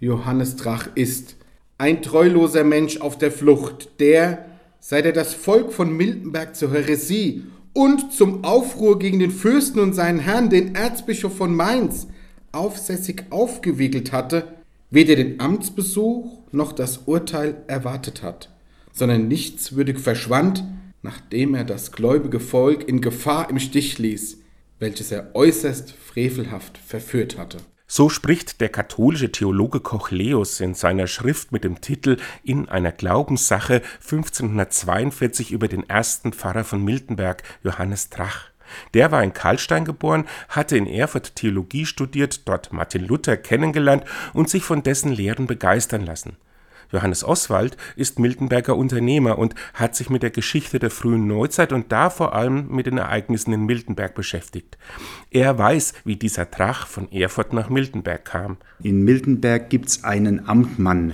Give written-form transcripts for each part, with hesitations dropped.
Johannes Drach ist. Ein treuloser Mensch auf der Flucht, der, seit er das Volk von Miltenberg zur Häresie und zum Aufruhr gegen den Fürsten und seinen Herrn, den Erzbischof von Mainz, aufsässig aufgewiegelt hatte, weder den Amtsbesuch noch das Urteil erwartet hat, sondern nichtswürdig verschwand, nachdem er das gläubige Volk in Gefahr im Stich ließ, welches er äußerst frevelhaft verführt hatte. So spricht der katholische Theologe Kochleus in seiner Schrift mit dem Titel In einer Glaubenssache 1542 über den ersten Pfarrer von Miltenberg, Johannes Drach. Der war in Karlstein geboren, hatte in Erfurt Theologie studiert, dort Martin Luther kennengelernt und sich von dessen Lehren begeistern lassen. Johannes Oswald ist Miltenberger Unternehmer und hat sich mit der Geschichte der frühen Neuzeit und da vor allem mit den Ereignissen in Miltenberg beschäftigt. Er weiß, wie dieser Drach von Erfurt nach Miltenberg kam. In Miltenberg gibt es einen Amtmann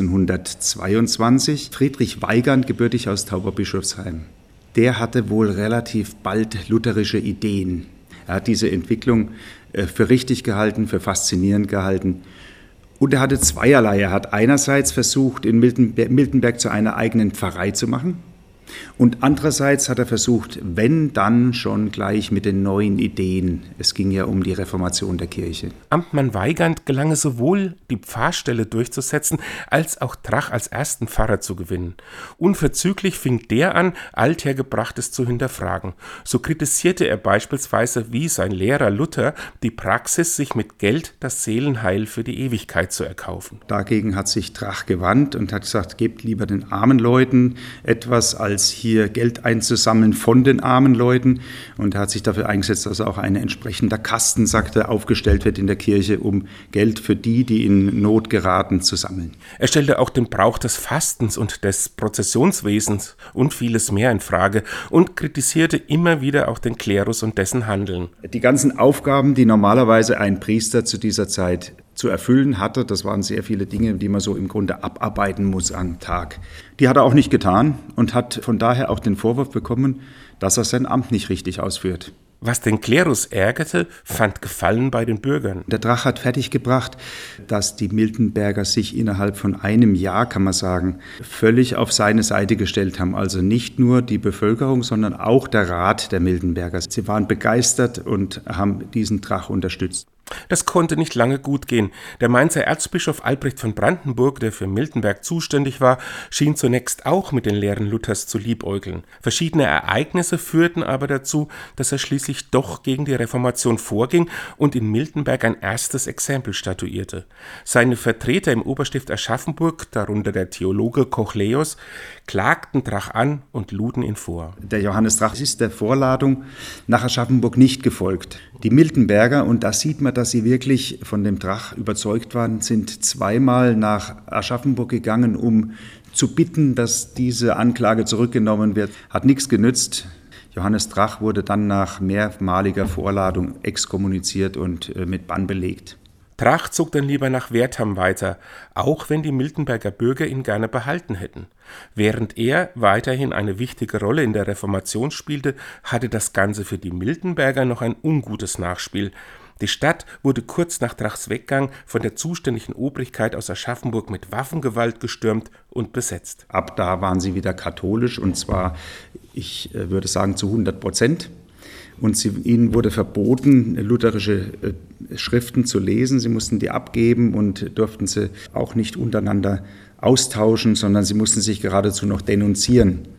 1522, Friedrich Weigand, gebürtig aus Tauberbischofsheim. Der hatte wohl relativ bald lutherische Ideen. Er hat diese Entwicklung für richtig gehalten, für faszinierend gehalten. Und er hatte zweierlei. Er hat einerseits versucht, in Miltenberg zu einer eigenen Pfarrei zu machen. Und andererseits hat er versucht, wenn dann schon gleich mit den neuen Ideen. Es ging ja um die Reformation der Kirche. Amtmann Weigand gelang es sowohl, die Pfarrstelle durchzusetzen, als auch Drach als ersten Pfarrer zu gewinnen. Unverzüglich fing der an, Althergebrachtes zu hinterfragen. So kritisierte er beispielsweise, wie sein Lehrer Luther, die Praxis, sich mit Geld das Seelenheil für die Ewigkeit zu erkaufen. Dagegen hat sich Drach gewandt und hat gesagt, gebt lieber den armen Leuten etwas, als hier Geld einzusammeln von den armen Leuten. Und er hat sich dafür eingesetzt, dass auch ein entsprechender Kasten, sagt er, aufgestellt wird in der Kirche, um Geld für die, die in Not geraten, zu sammeln. Er stellte auch den Brauch des Fastens und des Prozessionswesens und vieles mehr in Frage und kritisierte immer wieder auch den Klerus und dessen Handeln. Die ganzen Aufgaben, die normalerweise ein Priester zu dieser Zeit zu erfüllen hatte, das waren sehr viele Dinge, die man so im Grunde abarbeiten muss am Tag. Die hat er auch nicht getan und hat von daher auch den Vorwurf bekommen, dass er sein Amt nicht richtig ausführt. Was den Klerus ärgerte, fand Gefallen bei den Bürgern. Der Drach hat fertiggebracht, dass die Miltenberger sich innerhalb von einem Jahr, kann man sagen, völlig auf seine Seite gestellt haben. Also nicht nur die Bevölkerung, sondern auch der Rat der Miltenberger. Sie waren begeistert und haben diesen Drach unterstützt. Das konnte nicht lange gut gehen. Der Mainzer Erzbischof Albrecht von Brandenburg, der für Miltenberg zuständig war, schien zunächst auch mit den Lehren Luthers zu liebäugeln. Verschiedene Ereignisse führten aber dazu, dass er schließlich doch gegen die Reformation vorging und in Miltenberg ein erstes Exempel statuierte. Seine Vertreter im Oberstift Aschaffenburg, darunter der Theologe Kochleus, klagten Drach an und luden ihn vor. Der Johannes Drach ist der Vorladung nach Aschaffenburg nicht gefolgt. Die Miltenberger, und da sieht man, dass sie wirklich von dem Drach überzeugt waren, sind zweimal nach Aschaffenburg gegangen, um zu bitten, dass diese Anklage zurückgenommen wird. Hat nichts genützt. Johannes Drach wurde dann nach mehrmaliger Vorladung exkommuniziert und mit Bann belegt. Drach zog dann lieber nach Wertham weiter, auch wenn die Miltenberger Bürger ihn gerne behalten hätten. Während er weiterhin eine wichtige Rolle in der Reformation spielte, hatte das Ganze für die Miltenberger noch ein ungutes Nachspiel. Die Stadt wurde kurz nach Drachs Weggang von der zuständigen Obrigkeit aus Aschaffenburg mit Waffengewalt gestürmt und besetzt. Ab da waren sie wieder katholisch, und zwar, ich würde sagen, zu 100%. Und ihnen wurde verboten, lutherische Schriften zu lesen. Sie mussten die abgeben und durften sie auch nicht untereinander austauschen, sondern sie mussten sich geradezu noch denunzieren.